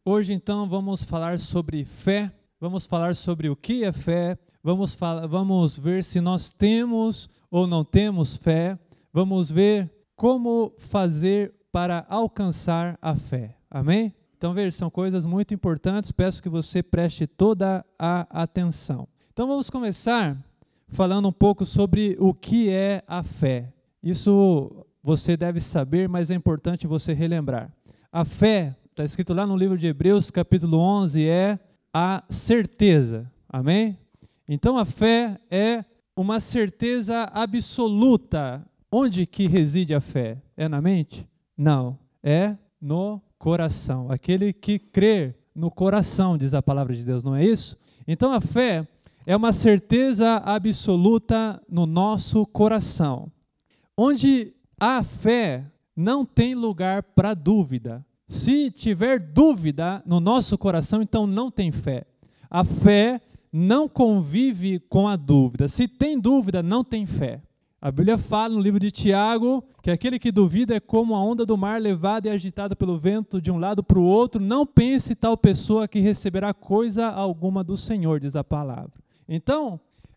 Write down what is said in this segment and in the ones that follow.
Hoje, então, vamos falar sobre fé, vamos falar sobre o que é fé, vamos ver se nós temos ou não temos fé, vamos ver como fazer para alcançar a fé. Amém? Então, veja, são coisas muito importantes, peço que você preste toda a atenção. Então, vamos começar falando um pouco sobre o que é a fé. Isso você deve saber, mas é importante você relembrar. A fé, está escrito lá no livro de Hebreus, capítulo 11, é a certeza. Amém? Então, a fé é uma certeza absoluta. Onde que reside a fé? É na mente? Não, é no coração. Aquele que crê no coração, diz a palavra de Deus, não é isso? Então, a fé é uma certeza absoluta no nosso coração. Onde a fé não tem lugar para dúvida. Se tiver dúvida no nosso coração, então não tem fé. A fé não convive com a dúvida. Se tem dúvida, não tem fé. A Bíblia fala no livro de Tiago que aquele que duvida é como a onda do mar levada e agitada pelo vento de um lado para o outro. Não pense tal pessoa que receberá coisa alguma do Senhor, diz a palavra. Então,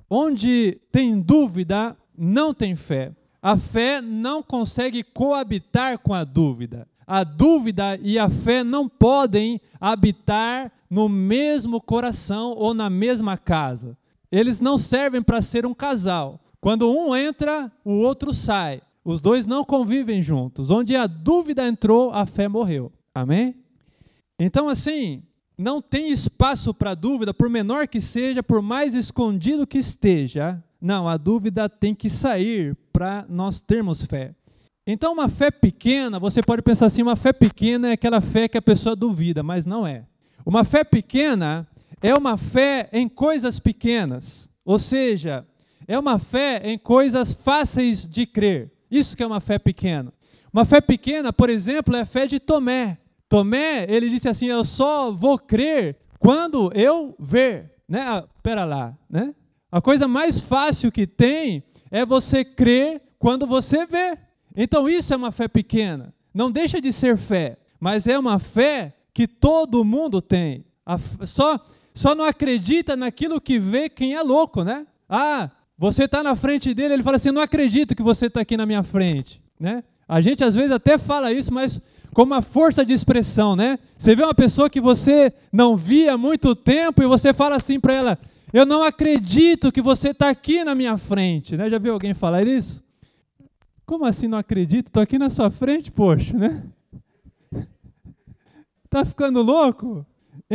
onde tem dúvida, não tem fé. A fé não consegue coabitar com a dúvida. A dúvida e a fé não podem habitar no mesmo coração ou na mesma casa. Eles não servem para ser um casal. Quando um entra, o outro sai. Os dois não convivem juntos. Onde a dúvida entrou, a fé morreu. Amém? Então, assim, não tem espaço para dúvida, por menor que seja, por mais escondido que esteja. Não, a dúvida tem que sair para nós termos fé. Então, uma fé pequena, você pode pensar assim, uma fé pequena é aquela fé que a pessoa duvida, mas não é. Uma fé pequena é uma fé em coisas pequenas, ou seja, é uma fé em coisas fáceis de crer. Isso que é uma fé pequena. Uma fé pequena, por exemplo, é a fé de Tomé. Tomé, ele disse assim, eu só vou crer quando eu ver. Pera lá, né? A coisa mais fácil que tem é você crer quando você vê. Então isso é uma fé pequena. Não deixa de ser fé, mas é uma fé que todo mundo tem. Só não acredita naquilo que vê quem é louco, né? Você está na frente dele, ele fala assim, não acredito que você está aqui na minha frente, né? A gente às vezes até fala isso, mas com uma força de expressão, né? Você vê uma pessoa que você não via há muito tempo e você fala assim para ela, eu não acredito que você está aqui na minha frente, né? Já viu alguém falar isso? Como assim não acredito? Estou aqui na sua frente, poxa, né? Está ficando louco?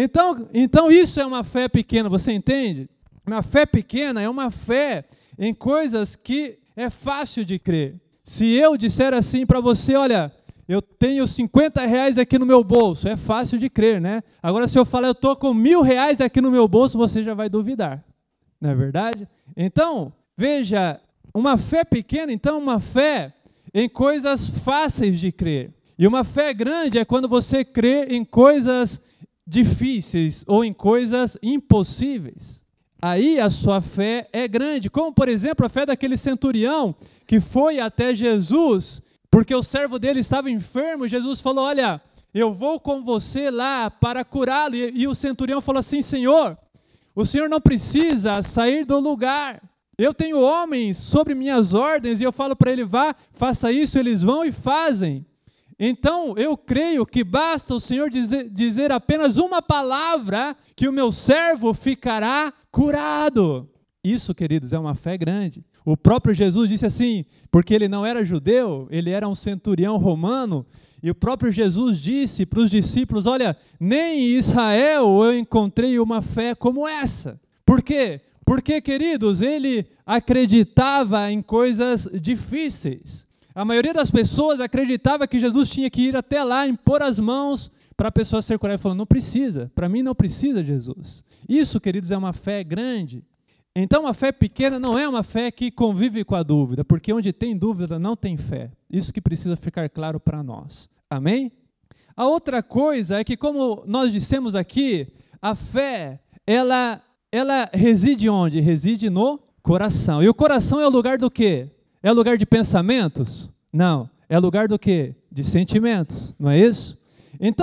Então isso é uma fé pequena, você entende? Uma fé pequena é uma fé em coisas que é fácil de crer. Se eu disser assim para você, olha, eu tenho R$50 aqui no meu bolso, é fácil de crer, né? Agora se eu falar, eu estou com R$1.000 aqui no meu bolso, você já vai duvidar, não é verdade? Então, veja, uma fé pequena, então, uma fé em coisas fáceis de crer. E uma fé grande é quando você crê em coisas difíceis ou em coisas impossíveis. Aí a sua fé é grande, como por exemplo a fé daquele centurião que foi até Jesus, porque o servo dele estava enfermo, e Jesus falou, olha, eu vou com você lá para curá-lo, e o centurião falou assim, Senhor, o Senhor não precisa sair do lugar, eu tenho homens sobre minhas ordens, e eu falo para ele, vá, faça isso, eles vão e fazem. Então, eu creio que basta o Senhor dizer apenas uma palavra que o meu servo ficará curado. Isso, queridos, é uma fé grande. O próprio Jesus disse assim, porque ele não era judeu, ele era um centurião romano, e o próprio Jesus disse para os discípulos, olha, nem em Israel eu encontrei uma fé como essa. Por quê? Porque, queridos, ele acreditava em coisas difíceis. A maioria das pessoas acreditava que Jesus tinha que ir até lá, impor as mãos para a pessoa ser curada. Ele falou, não precisa, para mim não precisa Jesus. Isso, queridos, é uma fé grande. Então, uma fé pequena não é uma fé que convive com a dúvida, porque onde tem dúvida não tem fé. Isso que precisa ficar claro para nós. Amém? A outra coisa é que, como nós dissemos aqui, a fé, ela reside onde? Reside no coração. E o coração é o lugar do quê? É lugar de pensamentos? Não. É lugar do quê? De sentimentos, não é isso? Então,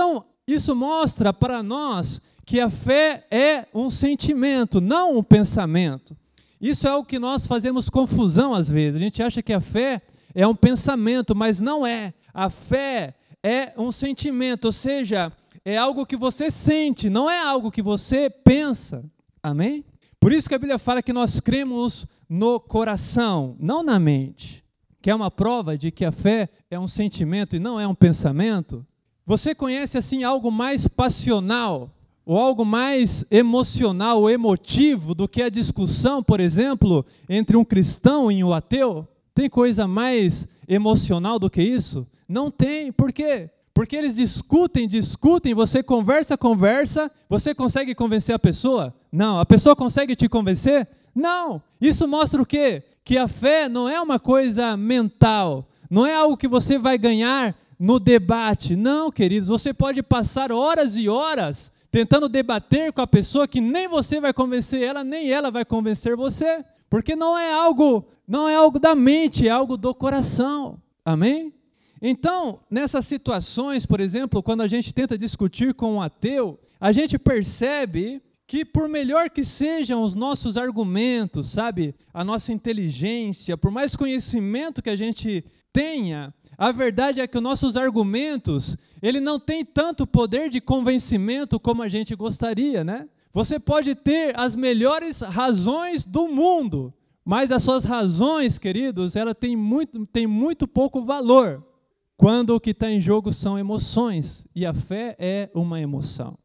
isso mostra para nós que a fé é um sentimento, não um pensamento. Isso é o que nós fazemos confusão às vezes. A gente acha que a fé é um pensamento, mas não é. A fé é um sentimento, ou seja, é algo que você sente, não é algo que você pensa. Amém? Por isso que a Bíblia fala que nós cremos no coração, não na mente. Que é uma prova de que a fé é um sentimento e não é um pensamento. Você conhece assim algo mais passional, ou algo mais emocional ou emotivo do que a discussão, por exemplo, entre um cristão e um ateu? Tem coisa mais emocional do que isso? Não tem. Por quê? Porque eles discutem, você conversa, você consegue convencer a pessoa? Não. A pessoa consegue te convencer? Não. Isso mostra o quê? Que a fé não é uma coisa mental, não é algo que você vai ganhar no debate. Não, queridos, você pode passar horas e horas tentando debater com a pessoa que nem você vai convencer ela, nem ela vai convencer você, porque não é algo da mente, é algo do coração. Amém? Então, nessas situações, por exemplo, quando a gente tenta discutir com um ateu, a gente percebe que por melhor que sejam os nossos argumentos, sabe, a nossa inteligência, por mais conhecimento que a gente tenha, a verdade é que os nossos argumentos, ele não tem tanto poder de convencimento como a gente gostaria, né? Você pode ter as melhores razões do mundo, mas as suas razões, queridos, ela tem muito pouco valor, quando o que está em jogo são emoções, e a fé é uma emoção.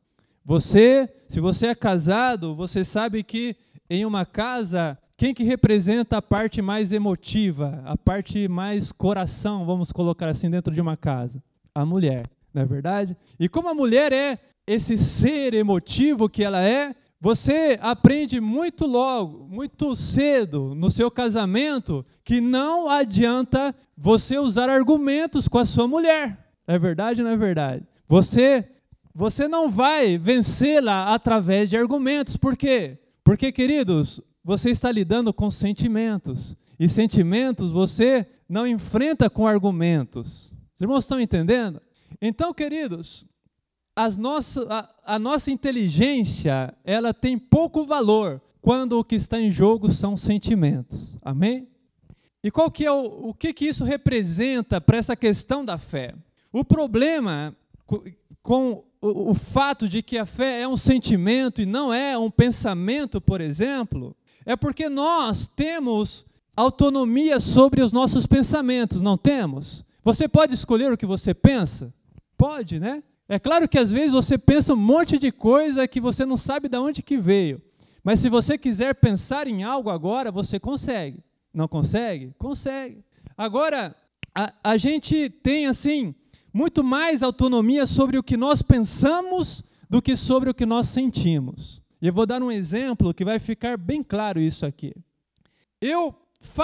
Se você é casado, você sabe que em uma casa, quem que representa a parte mais emotiva, a parte mais coração, vamos colocar assim, dentro de uma casa? A mulher, não é verdade? E como a mulher é esse ser emotivo que ela é, você aprende muito logo, muito cedo no seu casamento, que não adianta você usar argumentos com a sua mulher. É verdade ou não é verdade? Você não vai vencê-la através de argumentos. Por quê? Porque, queridos, você está lidando com sentimentos. E sentimentos você não enfrenta com argumentos. Os irmãos estão entendendo? Então, queridos, a nossa inteligência, ela tem pouco valor quando o que está em jogo são sentimentos. Amém? E qual que é o que isso representa para essa questão da fé? O problema com o fato de que a fé é um sentimento e não é um pensamento, por exemplo, é porque nós temos autonomia sobre os nossos pensamentos, não temos? Você pode escolher o que você pensa? Pode, né? É claro que às vezes você pensa um monte de coisa que você não sabe de onde que veio, mas se você quiser pensar em algo agora, você consegue. Não consegue? Consegue. Agora, a gente tem assim muito mais autonomia sobre o que nós pensamos do que sobre o que nós sentimos. E eu vou dar um exemplo que vai ficar bem claro isso aqui. Eu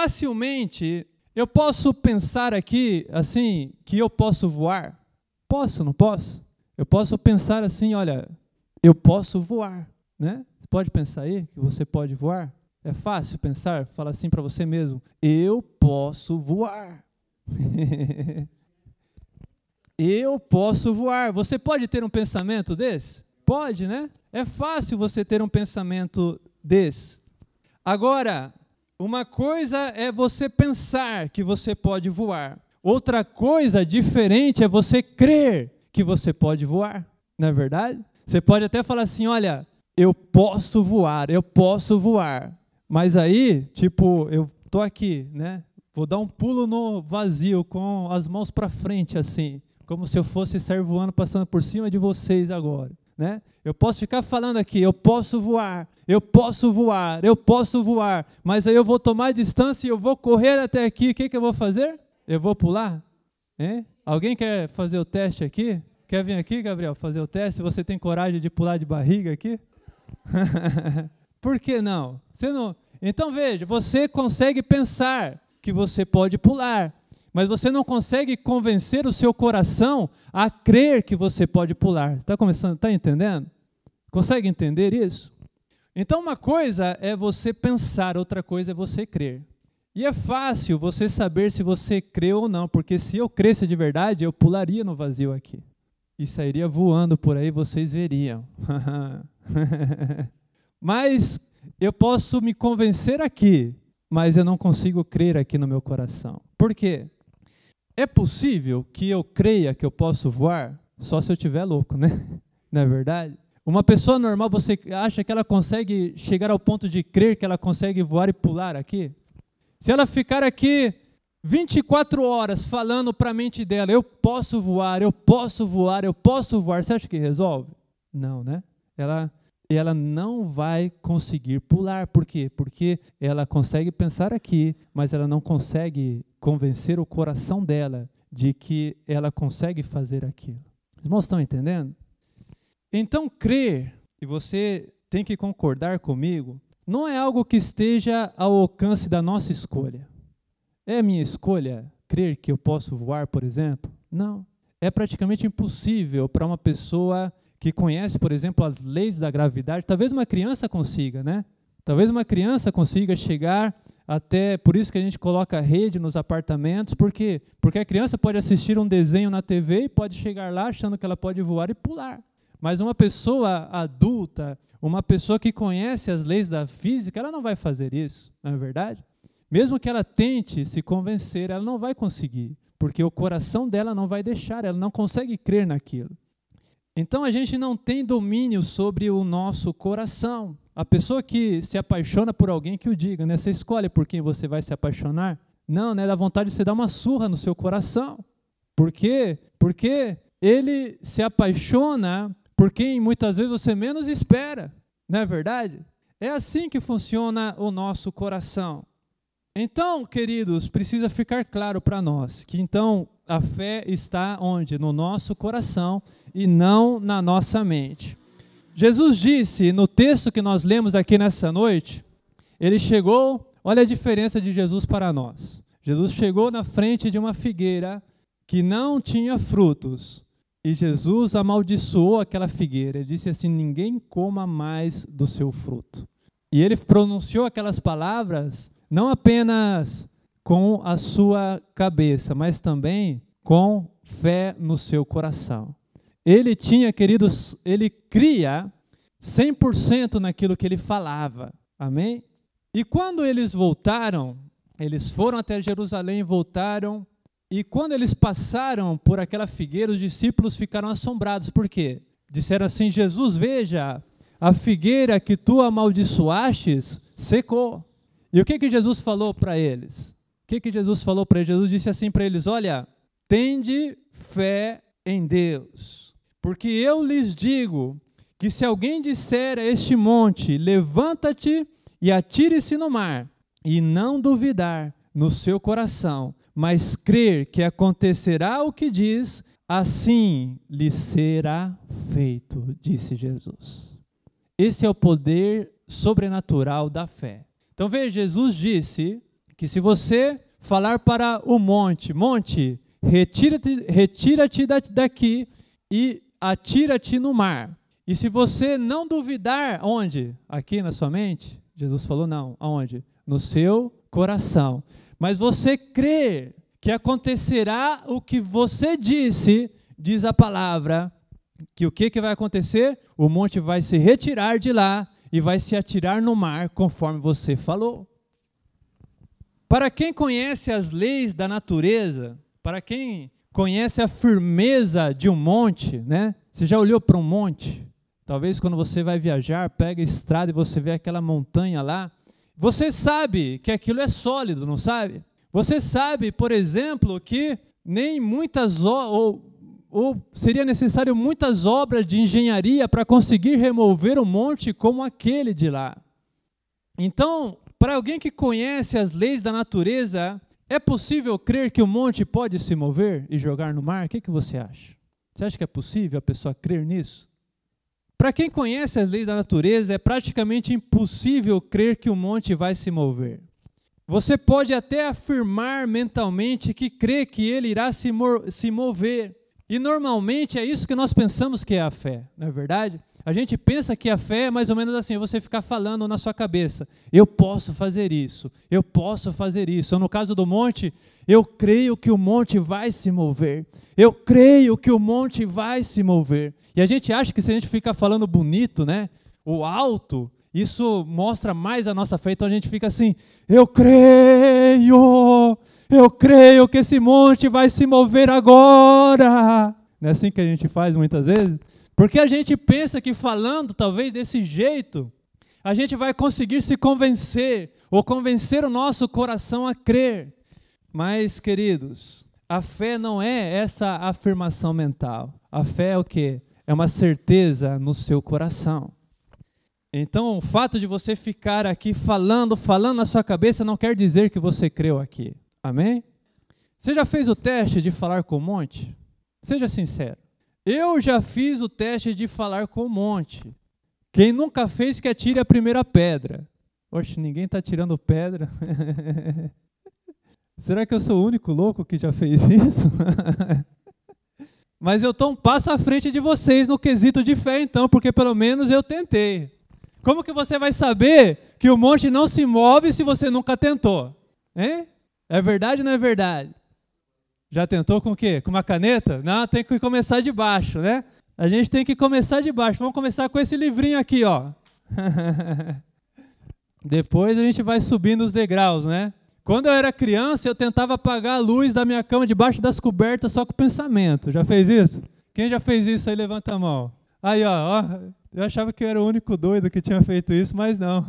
posso pensar aqui, assim, que eu posso voar? Posso, não posso? Eu posso pensar assim, olha, eu posso voar, né? Você pode pensar aí que você pode voar? É fácil pensar, fala assim para você mesmo, eu posso voar. Eu posso voar. Você pode ter um pensamento desse? Pode, né? É fácil você ter um pensamento desse. Agora, uma coisa é você pensar que você pode voar. Outra coisa diferente é você crer que você pode voar. Não é verdade? Você pode até falar assim, olha, eu posso voar. Mas aí, tipo, eu estou aqui, né? Vou dar um pulo no vazio com as mãos para frente assim, como se eu fosse sair voando, passando por cima de vocês agora, né? Eu posso ficar falando aqui, eu posso voar, mas aí eu vou tomar distância e eu vou correr até aqui, o que eu vou fazer? Eu vou pular? Hein? Alguém quer fazer o teste aqui? Quer vir aqui, Gabriel, fazer o teste? Você tem coragem de pular de barriga aqui? Por que não? Você não? Então veja, você consegue pensar que você pode pular, mas você não consegue convencer o seu coração a crer que você pode pular. Está entendendo? Consegue entender isso? Então uma coisa é você pensar, outra coisa é você crer. E é fácil você saber se você crê ou não, porque se eu cresce de verdade, eu pularia no vazio aqui. e sairia voando por aí, vocês veriam. Mas eu posso me convencer aqui, mas eu não consigo crer aqui no meu coração. Por quê? É possível que eu creia que eu posso voar só se eu estiver louco, né? Não é verdade? Uma pessoa normal, você acha que ela consegue chegar ao ponto de crer que ela consegue voar e pular aqui? Se ela ficar aqui 24 horas falando para a mente dela, eu posso voar, eu posso voar, eu posso voar, você acha que resolve? Não, né? Ela não vai conseguir pular. Por quê? Porque ela consegue pensar aqui, mas ela não consegue convencer o coração dela de que ela consegue fazer aquilo. Os irmãos estão entendendo? Então, crer, e você tem que concordar comigo, não é algo que esteja ao alcance da nossa escolha. É minha escolha crer que eu posso voar, por exemplo? Não. É praticamente impossível para uma pessoa que conhece, por exemplo, as leis da gravidade. Talvez uma criança consiga, né? Talvez uma criança consiga chegar até, por isso que a gente coloca rede nos apartamentos. Por quê? Porque a criança pode assistir um desenho na TV e pode chegar lá achando que ela pode voar e pular. Mas uma pessoa adulta, uma pessoa que conhece as leis da física, ela não vai fazer isso, não é verdade? Mesmo que ela tente se convencer, ela não vai conseguir, porque o coração dela não vai deixar, ela não consegue crer naquilo. Então a gente não tem domínio sobre o nosso coração. A pessoa que se apaixona por alguém, que o diga, né? Você escolhe por quem você vai se apaixonar? Não, né? Dá vontade de você dar uma surra no seu coração. Por quê? Porque ele se apaixona por quem muitas vezes você menos espera, não é verdade? É assim que funciona o nosso coração. Então, queridos, precisa ficar claro para nós que então a fé está onde? No nosso coração e não na nossa mente. Jesus disse no texto que nós lemos aqui nessa noite, ele chegou, olha a diferença de Jesus para nós. Jesus chegou na frente de uma figueira que não tinha frutos. E Jesus amaldiçoou aquela figueira. Ele disse assim, ninguém coma mais do seu fruto. E ele pronunciou aquelas palavras não apenas com a sua cabeça, mas também com fé no seu coração. Ele tinha, queridos, ele cria 100% naquilo que ele falava. Amém? E quando eles voltaram, eles foram até Jerusalém e voltaram. E quando eles passaram por aquela figueira, os discípulos ficaram assombrados. Por quê? Disseram assim, Jesus, veja, a figueira que tu amaldiçoastes secou. E o que Jesus falou para eles? O que Jesus falou para eles? Jesus disse assim para eles, olha, tende fé em Deus. Porque eu lhes digo que se alguém disser a este monte, levanta-te e atire-se no mar, e não duvidar no seu coração, mas crer que acontecerá o que diz, assim lhe será feito, disse Jesus. Esse é o poder sobrenatural da fé. Então veja, Jesus disse que se você falar para o monte, retira-te daqui e atira-te no mar. E se você não duvidar, onde? Aqui na sua mente? Jesus falou não, aonde? No seu coração. Mas você crê que acontecerá o que você disse, diz a palavra, que o que vai acontecer? O monte vai se retirar de lá e vai se atirar no mar, conforme você falou. Para quem conhece as leis da natureza, para quem conhece a firmeza de um monte, né? Você já olhou para um monte? Talvez quando você vai viajar, pega a estrada e você vê aquela montanha lá, você sabe que aquilo é sólido, não sabe? Você sabe, por exemplo, que nem muitas ou seria necessário muitas obras de engenharia para conseguir remover um monte como aquele de lá. Então, para alguém que conhece as leis da natureza, é possível crer que o monte pode se mover e jogar no mar? O que você acha? Você acha que é possível a pessoa crer nisso? Para quem conhece as leis da natureza, é praticamente impossível crer que o monte vai se mover. Você pode até afirmar mentalmente que crê que ele irá se mover, E normalmente é isso que nós pensamos que é a fé, não é verdade? A gente pensa que a fé é mais ou menos assim, você ficar falando na sua cabeça, eu posso fazer isso, eu posso fazer isso. Ou no caso do monte, eu creio que o monte vai se mover, eu creio que o monte vai se mover. E a gente acha que se a gente ficar falando bonito, né, o alto, isso mostra mais a nossa fé, então a gente fica assim, eu creio que esse monte vai se mover agora. Não é assim que a gente faz muitas vezes? Porque a gente pensa que falando talvez desse jeito, a gente vai conseguir se convencer, ou convencer o nosso coração a crer. Mas, queridos, a fé não é essa afirmação mental. A fé é o quê? É uma certeza no seu coração. Então, o fato de você ficar aqui falando na sua cabeça não quer dizer que você creu aqui. Amém? Você já fez o teste de falar com o monte? Seja sincero. Eu já fiz o teste de falar com o monte. Quem nunca fez, que atire a primeira pedra. Oxe, ninguém está tirando pedra. Será que eu sou o único louco que já fez isso? Mas eu estou um passo à frente de vocês no quesito de fé, então, porque pelo menos eu tentei. Como que você vai saber que o monte não se move se você nunca tentou? Hein? É verdade ou não é verdade? Já tentou com o quê? Com uma caneta? Não, tem que começar de baixo, né? A gente tem que começar de baixo. Vamos começar com esse livrinho aqui, ó. Depois a gente vai subindo os degraus, né? Quando eu era criança, eu tentava apagar a luz da minha cama debaixo das cobertas só com o pensamento. Já fez isso? Quem já fez isso aí, levanta a mão. Aí, ó, eu achava que eu era o único doido que tinha feito isso, mas não.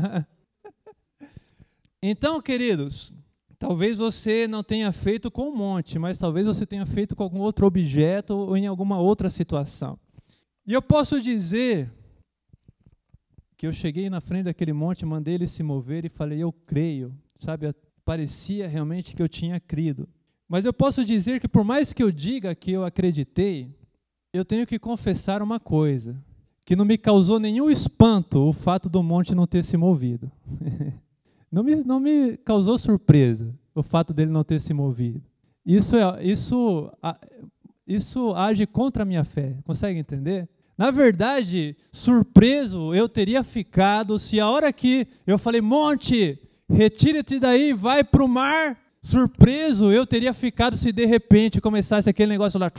Então, queridos, talvez você não tenha feito com um monte, mas talvez você tenha feito com algum outro objeto ou em alguma outra situação. E eu posso dizer que eu cheguei na frente daquele monte, mandei ele se mover e falei, eu creio, sabe? Parecia realmente que eu tinha crido. Mas eu posso dizer que por mais que eu diga que eu acreditei, eu tenho que confessar uma coisa, que não me causou nenhum espanto o fato do monte não ter se movido. Não me causou surpresa o fato dele não ter se movido. Isso age contra a minha fé. Consegue entender? Na verdade, surpreso eu teria ficado se a hora que eu falei, monte, retira-te daí, vai para o mar. Surpreso eu teria ficado se de repente começasse aquele negócio lá.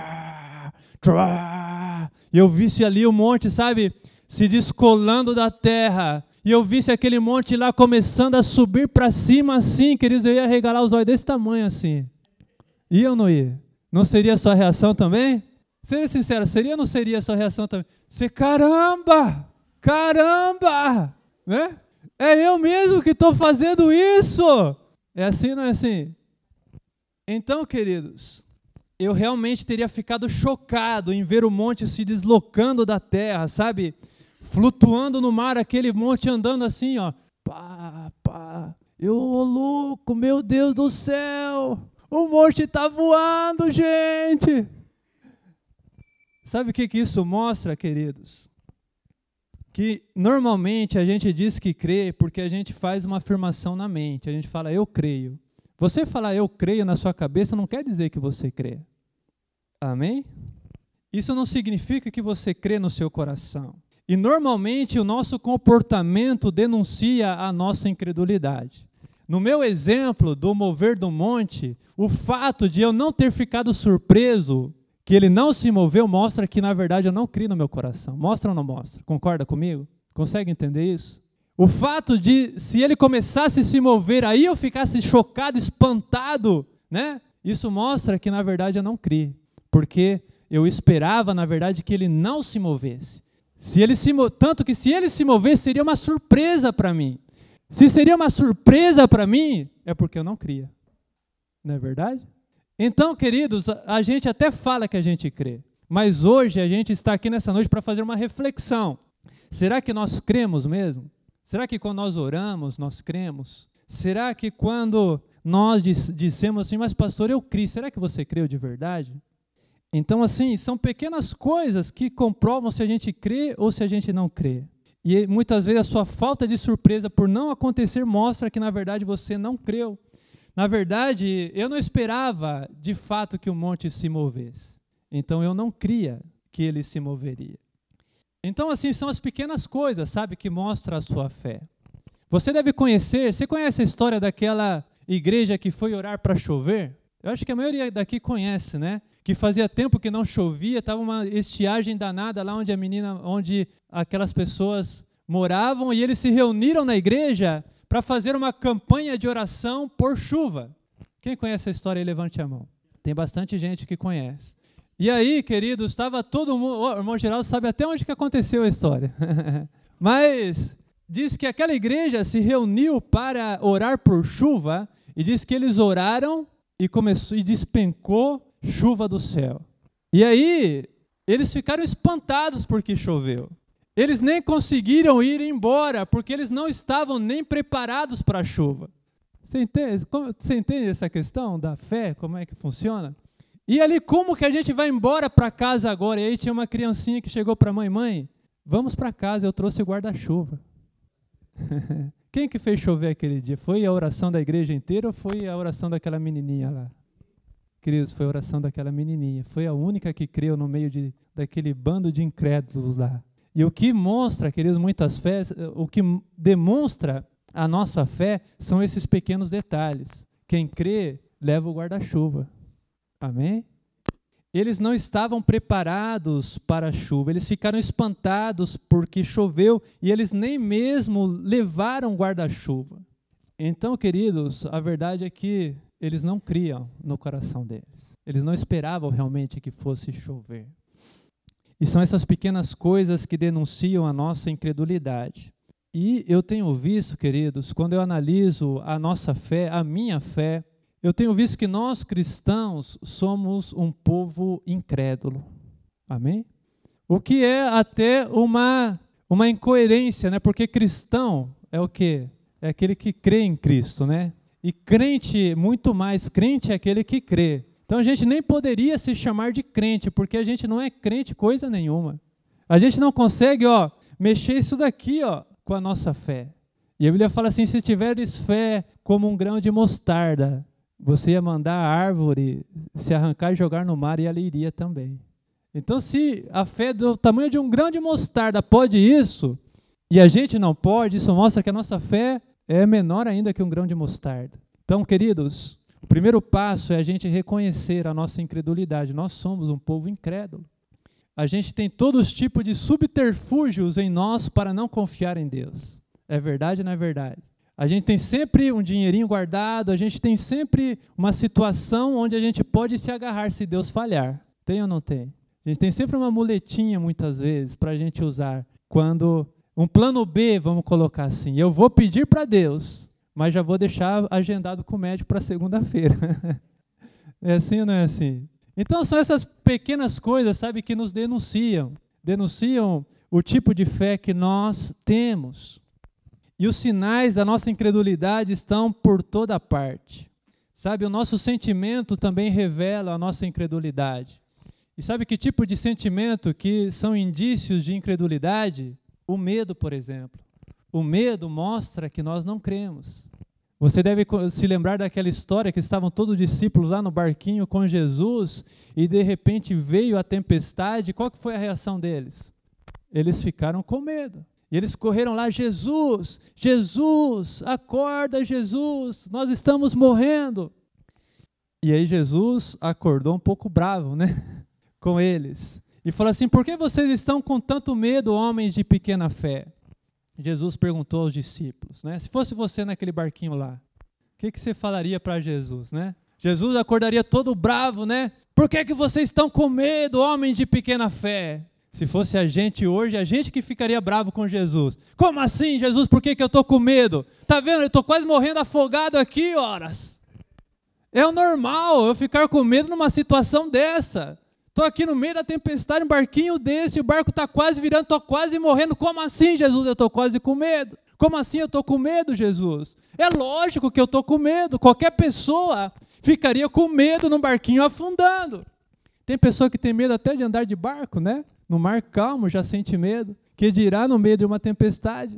E eu visse ali o monte, sabe, se descolando da terra. E eu visse aquele monte lá começando a subir para cima assim, queridos, eu ia regalar os olhos desse tamanho assim. Ia ou não ia? Não seria a sua reação também? Seja sincero, seria ou não seria a sua reação também? Você, caramba! Né? É eu mesmo que estou fazendo isso! É assim ou não é assim? Então, queridos, eu realmente teria ficado chocado em ver o monte se deslocando da terra, sabe? Flutuando no mar, aquele monte andando assim, ó. Eu, louco, meu Deus do céu! O monte está voando, gente! Sabe o que isso mostra, queridos? Que normalmente a gente diz que crê porque a gente faz uma afirmação na mente. A gente fala, eu creio. Você falar eu creio na sua cabeça não quer dizer que você crê. Amém? Isso não significa que você crê no seu coração. E normalmente o nosso comportamento denuncia a nossa incredulidade. No meu exemplo do mover do monte, o fato de eu não ter ficado surpreso que ele não se moveu mostra que, na verdade, eu não criei no meu coração. Mostra ou não mostra? Concorda comigo? Consegue entender isso? O fato de, se ele começasse a se mover, aí eu ficasse chocado, espantado, né? Isso mostra que, na verdade, eu não criei. Porque eu esperava, na verdade, que ele não se movesse. Tanto que se ele se movesse, seria uma surpresa para mim. Se seria uma surpresa para mim, é porque eu não cria. Não é verdade? Então, queridos, a gente até fala que a gente crê, mas hoje a gente está aqui nessa noite para fazer uma reflexão. Será que nós cremos mesmo? Será que quando nós oramos, nós cremos? Será que quando nós dissemos assim, mas pastor, eu criei, será que você creu de verdade? Então, assim, são pequenas coisas que comprovam se a gente crê ou se a gente não crê. E muitas vezes a sua falta de surpresa por não acontecer mostra que, na verdade, você não creu. Na verdade, eu não esperava, de fato, que o monte se movesse. Então eu não cria que ele se moveria. Então assim, são as pequenas coisas, sabe, que mostram a sua fé. Você conhece a história daquela igreja que foi orar para chover? Eu acho que a maioria daqui conhece, né? Que fazia tempo que não chovia, estava uma estiagem danada lá onde aquelas pessoas moravam, e eles se reuniram na igreja para fazer uma campanha de oração por chuva. Quem conhece a história aí, levante a mão. Tem bastante gente que conhece. E aí, queridos, estava todo mundo... O irmão Geraldo sabe até onde que aconteceu a história. Mas diz que aquela igreja se reuniu para orar por chuva, e diz que eles oraram e despencou chuva do céu. E aí, eles ficaram espantados porque choveu. Eles nem conseguiram ir embora, porque eles não estavam nem preparados para a chuva. Você entende essa questão da fé, como é que funciona? E ali, como que a gente vai embora para casa agora? E aí tinha uma criancinha que chegou para a mãe, vamos para casa, eu trouxe o guarda-chuva. Quem que fez chover aquele dia? Foi a oração da igreja inteira ou foi a oração daquela menininha lá? Queridos, foi a oração daquela menininha. Foi a única que creu no meio daquele bando de incrédulos lá. E o que mostra, queridos, muitas fés, o que demonstra a nossa fé são esses pequenos detalhes. Quem crê, leva o guarda-chuva. Amém? Eles não estavam preparados para a chuva, eles ficaram espantados porque choveu e eles nem mesmo levaram guarda-chuva. Então, queridos, a verdade é que eles não criam no coração deles. Eles não esperavam realmente que fosse chover. E são essas pequenas coisas que denunciam a nossa incredulidade. E eu tenho visto, queridos, quando eu analiso a nossa fé, a minha fé, eu tenho visto que nós cristãos somos um povo incrédulo. Amém? O que é até uma incoerência, né? Porque cristão é o quê? É aquele que crê em Cristo, né? E crente, muito mais crente é aquele que crê. Então a gente nem poderia se chamar de crente, porque a gente não é crente coisa nenhuma. A gente não consegue, mexer isso daqui, com a nossa fé. E a Bíblia fala assim, se tiveres fé como um grão de mostarda, você ia mandar a árvore se arrancar e jogar no mar e ela iria também. Então, se a fé do tamanho de um grão de mostarda pode isso, e a gente não pode, isso mostra que a nossa fé é menor ainda que um grão de mostarda. Então, queridos, o primeiro passo é a gente reconhecer a nossa incredulidade. Nós somos um povo incrédulo. A gente tem todos os tipos de subterfúgios em nós para não confiar em Deus. É verdade ou não é verdade? A gente tem sempre um dinheirinho guardado, a gente tem sempre uma situação onde a gente pode se agarrar se Deus falhar. Tem ou não tem? A gente tem sempre uma muletinha, muitas vezes, para a gente usar. Quando um plano B, vamos colocar assim, eu vou pedir para Deus, mas já vou deixar agendado com o médico para segunda-feira. É assim ou não é assim? Então são essas pequenas coisas, sabe, que nos denunciam o tipo de fé que nós temos. E os sinais da nossa incredulidade estão por toda parte. Sabe, o nosso sentimento também revela a nossa incredulidade. E sabe que tipo de sentimento que são indícios de incredulidade? O medo, por exemplo. O medo mostra que nós não cremos. Você deve se lembrar daquela história que estavam todos os discípulos lá no barquinho com Jesus e de repente veio a tempestade. Qual que foi a reação deles? Eles ficaram com medo. E eles correram lá, Jesus, Jesus, acorda Jesus, nós estamos morrendo. E aí Jesus acordou um pouco bravo, né, com eles. E falou assim, por que vocês estão com tanto medo, homens de pequena fé? Jesus perguntou aos discípulos, né, se fosse você naquele barquinho lá, o que você falaria para Jesus, né? Jesus acordaria todo bravo, né? Por que vocês estão com medo, homens de pequena fé? Se fosse a gente hoje, a gente que ficaria bravo com Jesus. Como assim, Jesus, por que eu estou com medo? Tá vendo, eu estou quase morrendo afogado aqui, horas. É o normal eu ficar com medo numa situação dessa. Estou aqui no meio da tempestade, um barquinho desse, o barco está quase virando, estou quase morrendo. Como assim, Jesus, eu estou quase com medo? Como assim eu estou com medo, Jesus? É lógico que eu estou com medo. Qualquer pessoa ficaria com medo num barquinho afundando. Tem pessoa que tem medo até de andar de barco, né? No mar calmo já sente medo, que dirá no meio de uma tempestade.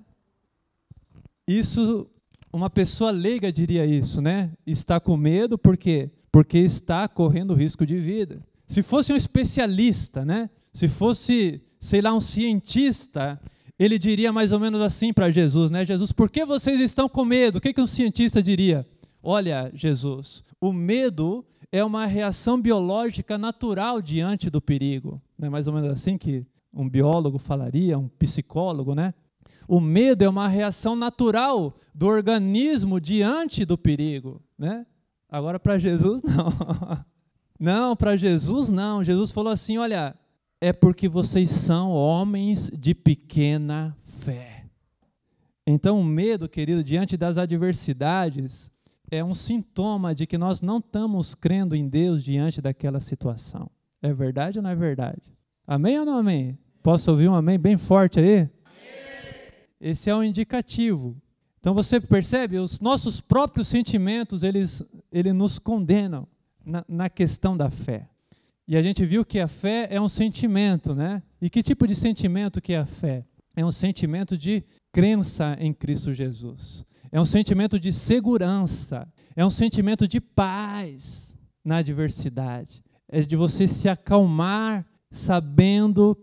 Isso, uma pessoa leiga diria isso, né? Está com medo por quê? Porque está correndo risco de vida. Se fosse um especialista, né? Se fosse, sei lá, um cientista, ele diria mais ou menos assim para Jesus, né? Jesus, por que vocês estão com medo? O que um cientista diria? Olha, Jesus, o medo é uma reação biológica natural diante do perigo. Não é mais ou menos assim que um biólogo falaria, um psicólogo, né? O medo é uma reação natural do organismo diante do perigo, né? Agora, para Jesus, não. Não, para Jesus, não. Jesus falou assim, olha, é porque vocês são homens de pequena fé. Então, o medo, querido, diante das adversidades, é um sintoma de que nós não estamos crendo em Deus diante daquela situação. É verdade ou não é verdade? Amém ou não amém? Posso ouvir um amém bem forte aí? Esse é um indicativo. Então você percebe, os nossos próprios sentimentos, eles nos condenam na questão da fé. E a gente viu que a fé é um sentimento, né? E que tipo de sentimento que é a fé? É um sentimento de crença em Cristo Jesus. É um sentimento de segurança. É um sentimento de paz na adversidade. É de você se acalmar sabendo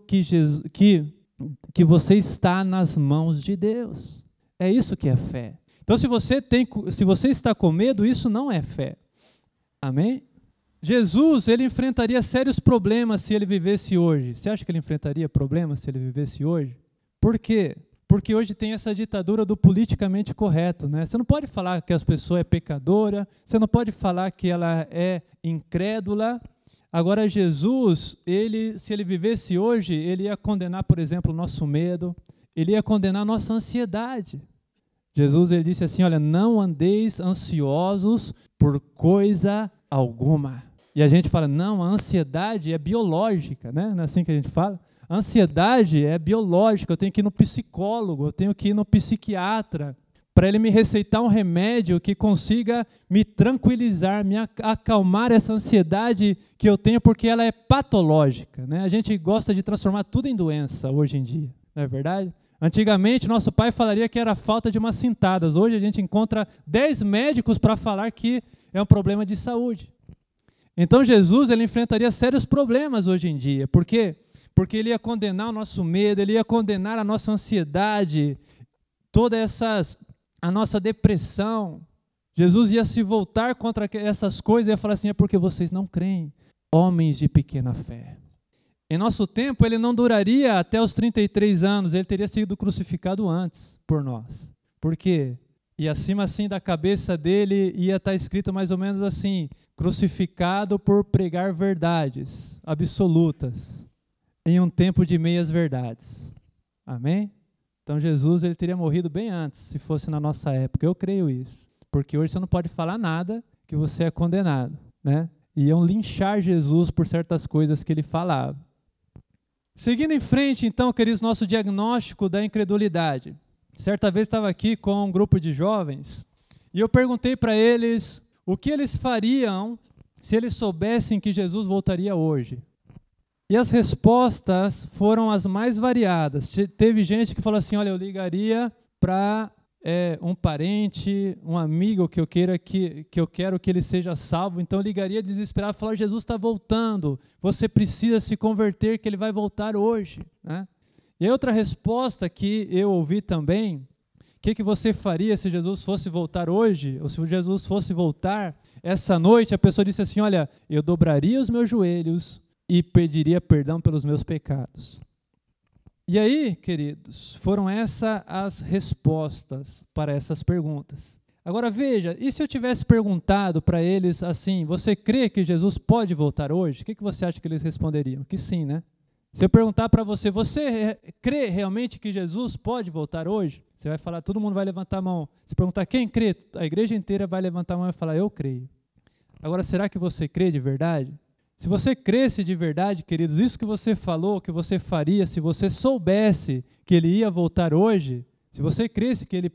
que você está nas mãos de Deus. É isso que é fé. Então, se você está com medo, isso não é fé. Amém? Jesus, ele enfrentaria sérios problemas se ele vivesse hoje. Você acha que ele enfrentaria problemas se ele vivesse hoje? Por quê? Porque hoje tem essa ditadura do politicamente correto, né? Você não pode falar que as pessoas é pecadora, você não pode falar que ela é incrédula. Agora, Jesus, se ele vivesse hoje, ele ia condenar, por exemplo, o nosso medo, ele ia condenar a nossa ansiedade. Jesus, ele disse assim, olha, não andeis ansiosos por coisa alguma. E a gente fala, não, a ansiedade é biológica, né? Não é assim que a gente fala? A ansiedade é biológica, eu tenho que ir no psicólogo, eu tenho que ir no psiquiatra, para ele me receitar um remédio que consiga me tranquilizar, me acalmar essa ansiedade que eu tenho, porque ela é patológica, né? A gente gosta de transformar tudo em doença hoje em dia, não é verdade? Antigamente, nosso pai falaria que era falta de umas cintadas. Hoje a gente encontra 10 médicos para falar que é um problema de saúde. Então Jesus, ele enfrentaria sérios problemas hoje em dia. Por quê? Porque ele ia condenar o nosso medo, ele ia condenar a nossa ansiedade, a nossa depressão. Jesus ia se voltar contra essas coisas e ia falar assim, é porque vocês não creem, homens de pequena fé. Em nosso tempo, ele não duraria até os 33 anos, ele teria sido crucificado antes por nós. Por quê? E acima assim da cabeça dele ia estar escrito mais ou menos assim, crucificado por pregar verdades absolutas, em um tempo de meias verdades. Amém? Então Jesus, ele teria morrido bem antes, se fosse na nossa época. Eu creio isso. Porque hoje você não pode falar nada que você é condenado, né? Iam linchar Jesus por certas coisas que ele falava. Seguindo em frente, então, queridos, nosso diagnóstico da incredulidade. Certa vez estava aqui com um grupo de jovens e eu perguntei para eles o que eles fariam se eles soubessem que Jesus voltaria hoje. E as respostas foram as mais variadas. Teve gente que falou assim, olha, eu ligaria para um parente, um amigo que eu quero que ele seja salvo, então eu ligaria desesperado e falaria, Jesus está voltando, você precisa se converter que ele vai voltar hoje, né? E a outra resposta que eu ouvi também, o que você faria se Jesus fosse voltar hoje, ou se Jesus fosse voltar essa noite? A pessoa disse assim, olha, eu dobraria os meus joelhos e pediria perdão pelos meus pecados. E aí, queridos, foram essas as respostas para essas perguntas. Agora veja, e se eu tivesse perguntado para eles assim, você crê que Jesus pode voltar hoje? O que você acha que eles responderiam? Que sim, né? Se eu perguntar para você, você crê realmente que Jesus pode voltar hoje? Você vai falar, todo mundo vai levantar a mão. Se perguntar quem crê, a igreja inteira vai levantar a mão e falar, eu creio. Agora, será que você crê de verdade? Se você cresce de verdade, queridos, isso que você falou, que você faria, se você soubesse que ele ia voltar hoje, se você cresce que ele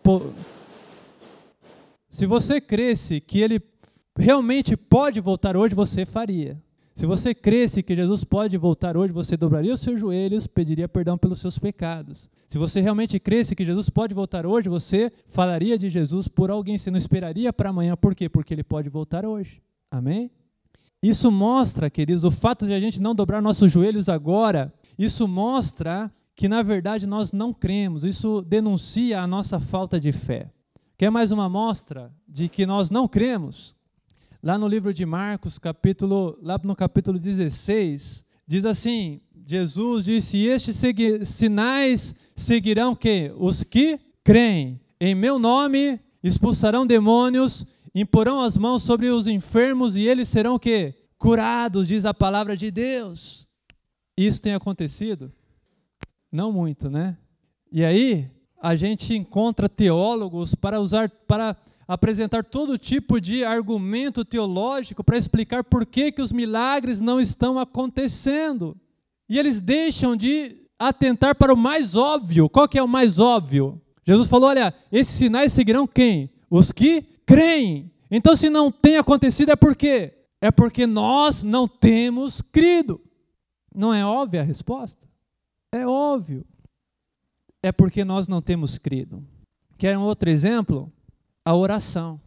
realmente pode voltar hoje, você faria. Se você cresce que Jesus pode voltar hoje, você dobraria os seus joelhos, pediria perdão pelos seus pecados. Se você realmente cresce que Jesus pode voltar hoje, você falaria de Jesus por alguém, você não esperaria para amanhã. Por quê? Porque ele pode voltar hoje. Amém? Isso mostra, queridos, o fato de a gente não dobrar nossos joelhos agora, isso mostra que, na verdade, nós não cremos. Isso denuncia a nossa falta de fé. Quer mais uma amostra de que nós não cremos? Lá no livro de Marcos, lá no capítulo 16, diz assim, Jesus disse, e estes sinais seguirão que os que creem em meu nome expulsarão demônios, imporão as mãos sobre os enfermos e eles serão o quê? Curados, diz a palavra de Deus. Isso tem acontecido? Não muito, né? E aí, a gente encontra teólogos para apresentar todo tipo de argumento teológico para explicar por que os milagres não estão acontecendo. E eles deixam de atentar para o mais óbvio. Qual que é o mais óbvio? Jesus falou, olha, esses sinais seguirão quem? Os que creem. Então, se não tem acontecido, é por quê? É porque nós não temos crido. Não é óbvia a resposta? É óbvio. É porque nós não temos crido. Quer um outro exemplo? A oração.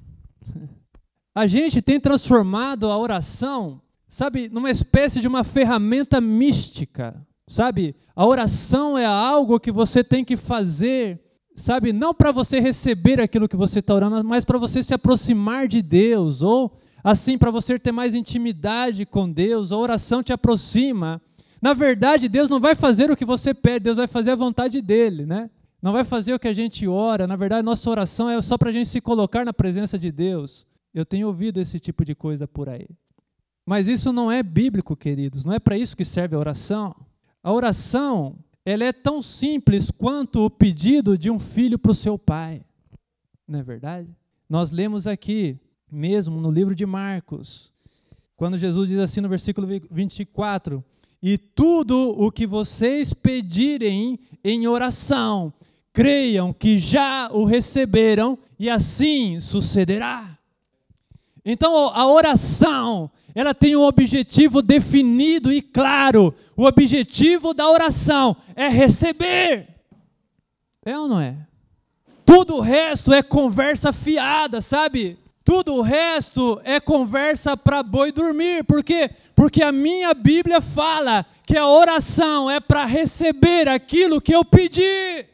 A gente tem transformado a oração, sabe, numa espécie de uma ferramenta mística. Sabe, a oração é algo que você tem que fazer, sabe, não para você receber aquilo que você está orando, mas para você se aproximar de Deus, ou assim, para você ter mais intimidade com Deus. A oração te aproxima. Na verdade, Deus não vai fazer o que você pede, Deus vai fazer a vontade dele, né? Não vai fazer o que a gente ora. Na verdade, nossa oração é só para a gente se colocar na presença de Deus. Eu tenho ouvido esse tipo de coisa por aí. Mas isso não é bíblico, queridos. Não é para isso que serve a oração. A oração, ela é tão simples quanto o pedido de um filho para o seu pai. Não é verdade? Nós lemos aqui, mesmo no livro de Marcos, quando Jesus diz assim no versículo 24, e tudo o que vocês pedirem em oração, creiam que já o receberam e assim sucederá. Então a oração, ela tem um objetivo definido e claro. O objetivo da oração é receber. É ou não é? Tudo o resto é conversa fiada, sabe? Tudo o resto é conversa para boi dormir. Por quê? Porque a minha Bíblia fala que a oração é para receber aquilo que eu pedi.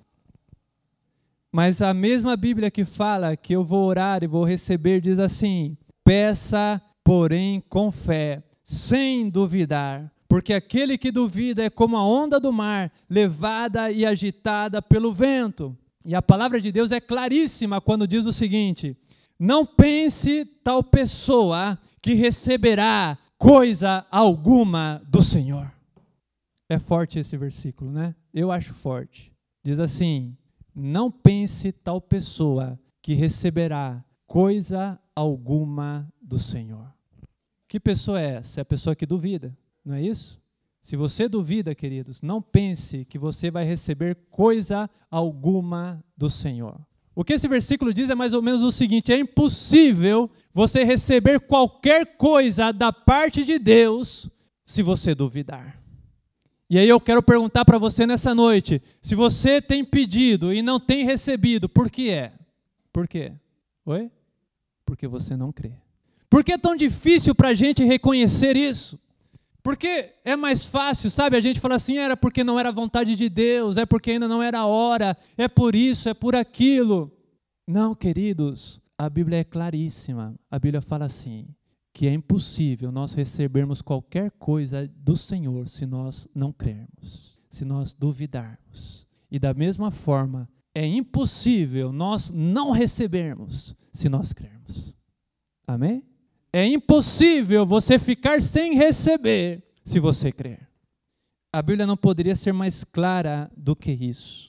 Mas a mesma Bíblia que fala que eu vou orar e vou receber diz assim, peça, porém, com fé, sem duvidar. Porque aquele que duvida é como a onda do mar, levada e agitada pelo vento. E a palavra de Deus é claríssima quando diz o seguinte, não pense tal pessoa que receberá coisa alguma do Senhor. É forte esse versículo, né? Eu acho forte. Diz assim, não pense tal pessoa que receberá coisa alguma do Senhor. Que pessoa é essa? É a pessoa que duvida, não é isso? Se você duvida, queridos, não pense que você vai receber coisa alguma do Senhor. O que esse versículo diz é mais ou menos o seguinte, é impossível você receber qualquer coisa da parte de Deus se você duvidar. E aí eu quero perguntar para você nessa noite, se você tem pedido e não tem recebido, por que é? Por quê? Oi? Porque você não crê. Por que é tão difícil para a gente reconhecer isso? Porque é mais fácil, sabe? A gente fala assim, era porque não era a vontade de Deus, é porque ainda não era a hora, é por isso, é por aquilo. Não, queridos, a Bíblia é claríssima. A Bíblia fala assim, que é impossível nós recebermos qualquer coisa do Senhor se nós não crermos, se nós duvidarmos. E da mesma forma, é impossível nós não recebermos se nós crermos. Amém? É impossível você ficar sem receber se você crer. A Bíblia não poderia ser mais clara do que isso.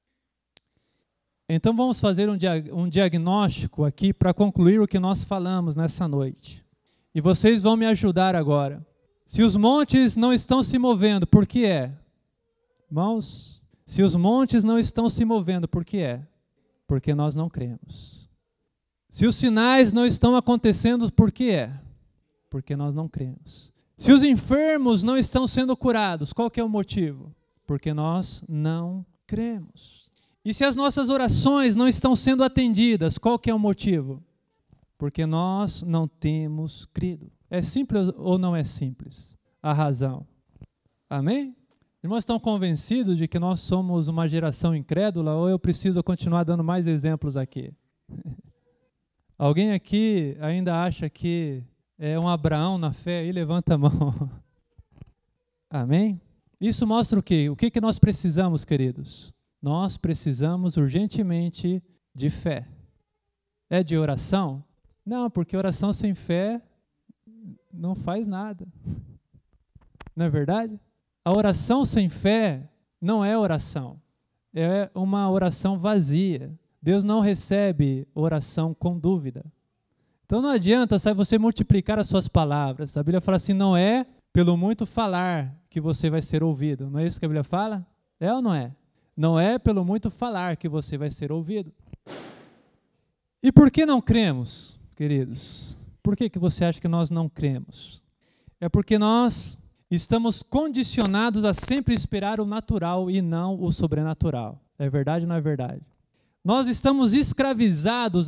Então vamos fazer um diagnóstico aqui para concluir o que nós falamos nessa noite. E vocês vão me ajudar agora. Se os montes não estão se movendo, por que é? Irmãos, se os montes não estão se movendo, por que é? Porque nós não cremos. Se os sinais não estão acontecendo, por que é? Porque nós não cremos. Se os enfermos não estão sendo curados, qual que é o motivo? Porque nós não cremos. E se as nossas orações não estão sendo atendidas, qual que é o motivo? Porque nós não temos crido. É simples ou não é simples? A razão. Amém? Irmãos, estão convencidos de que nós somos uma geração incrédula ou eu preciso continuar dando mais exemplos aqui? Alguém aqui ainda acha que é um Abraão na fé? Aí levanta a mão. Amém? Isso mostra o quê? O que nós precisamos, queridos? Nós precisamos urgentemente de fé. É de oração? Não, porque oração sem fé não faz nada. Não é verdade? A oração sem fé não é oração. É uma oração vazia. Deus não recebe oração com dúvida. Então não adianta, sabe, você multiplicar as suas palavras. A Bíblia fala assim, não é pelo muito falar que você vai ser ouvido. Não é isso que a Bíblia fala? É ou não é? Não é pelo muito falar que você vai ser ouvido. E por que não cremos, queridos? Por que você acha que nós não cremos? É porque nós estamos condicionados a sempre esperar o natural e não o sobrenatural. É verdade ou não é verdade? Nós estamos escravizados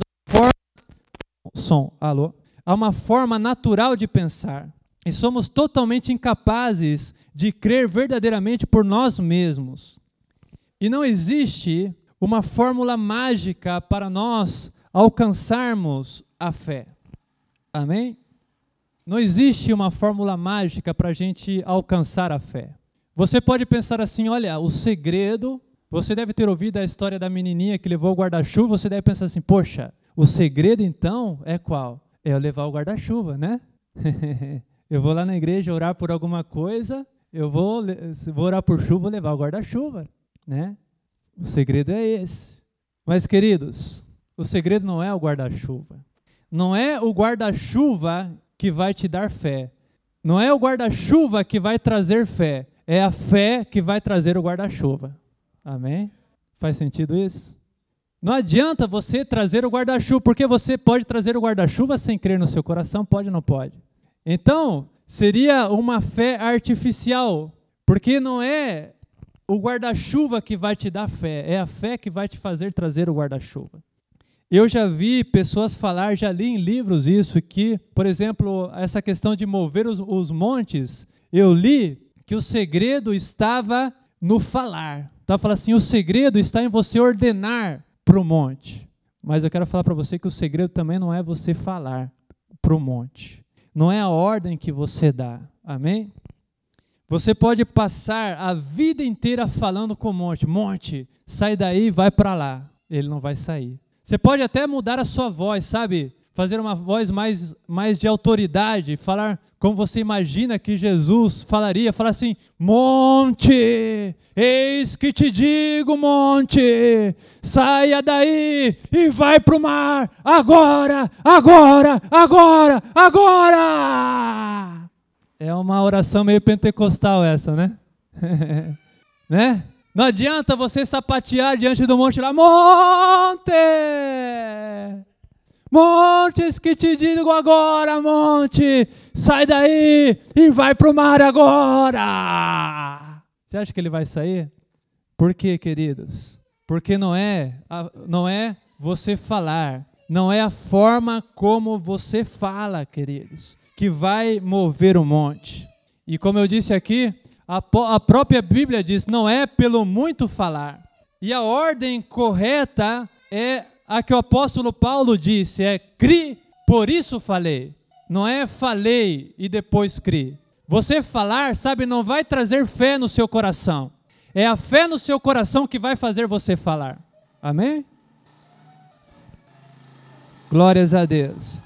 a uma forma natural de pensar. E somos totalmente incapazes de crer verdadeiramente por nós mesmos. E não existe uma fórmula mágica para nós alcançarmos a fé. Amém? Não existe uma fórmula mágica para a gente alcançar a fé. Você pode pensar assim, olha, o segredo, você deve ter ouvido a história da menininha que levou o guarda-chuva, você deve pensar assim, poxa, o segredo então é qual? É eu levar o guarda-chuva, né? Eu vou lá na igreja orar por alguma coisa, eu vou orar por chuva, vou levar o guarda-chuva, né? O segredo é esse. Mas, queridos, o segredo não é o guarda-chuva. Não é o guarda-chuva que vai te dar fé. Não é o guarda-chuva que vai trazer fé. É a fé que vai trazer o guarda-chuva. Amém? Faz sentido isso? Não adianta você trazer o guarda-chuva, porque você pode trazer o guarda-chuva sem crer no seu coração, pode ou não pode? Então, seria uma fé artificial, porque não é o guarda-chuva que vai te dar fé, é a fé que vai te fazer trazer o guarda-chuva. Eu já vi pessoas falar, já li em livros isso, que, por exemplo, essa questão de mover os montes, eu li que o segredo estava no falar. Tá falando assim, o segredo está em você ordenar para o monte. Mas eu quero falar para você que o segredo também não é você falar para o monte. Não é a ordem que você dá. Amém? Você pode passar a vida inteira falando com o monte. Monte, sai daí e vai para lá. Ele não vai sair. Você pode até mudar a sua voz, sabe? Fazer uma voz mais de autoridade, falar como você imagina que Jesus falaria, falar assim, monte, eis que te digo, monte, saia daí e vai para o mar, agora, agora, agora, agora. É uma oração meio pentecostal essa, né? Né? Não adianta você sapatear diante do monte lá, monte! Montes que te digo agora, monte, sai daí e vai para o mar agora. Você acha que ele vai sair? Por quê, queridos? Porque não é você falar, não é a forma como você fala, queridos, que vai mover o monte. E como eu disse aqui, a própria Bíblia diz, não é pelo muito falar. E a ordem correta é a que o apóstolo Paulo disse, é cri, por isso falei. Não é falei e depois cri. Você falar, sabe, não vai trazer fé no seu coração. É a fé no seu coração que vai fazer você falar. Amém? Glórias a Deus.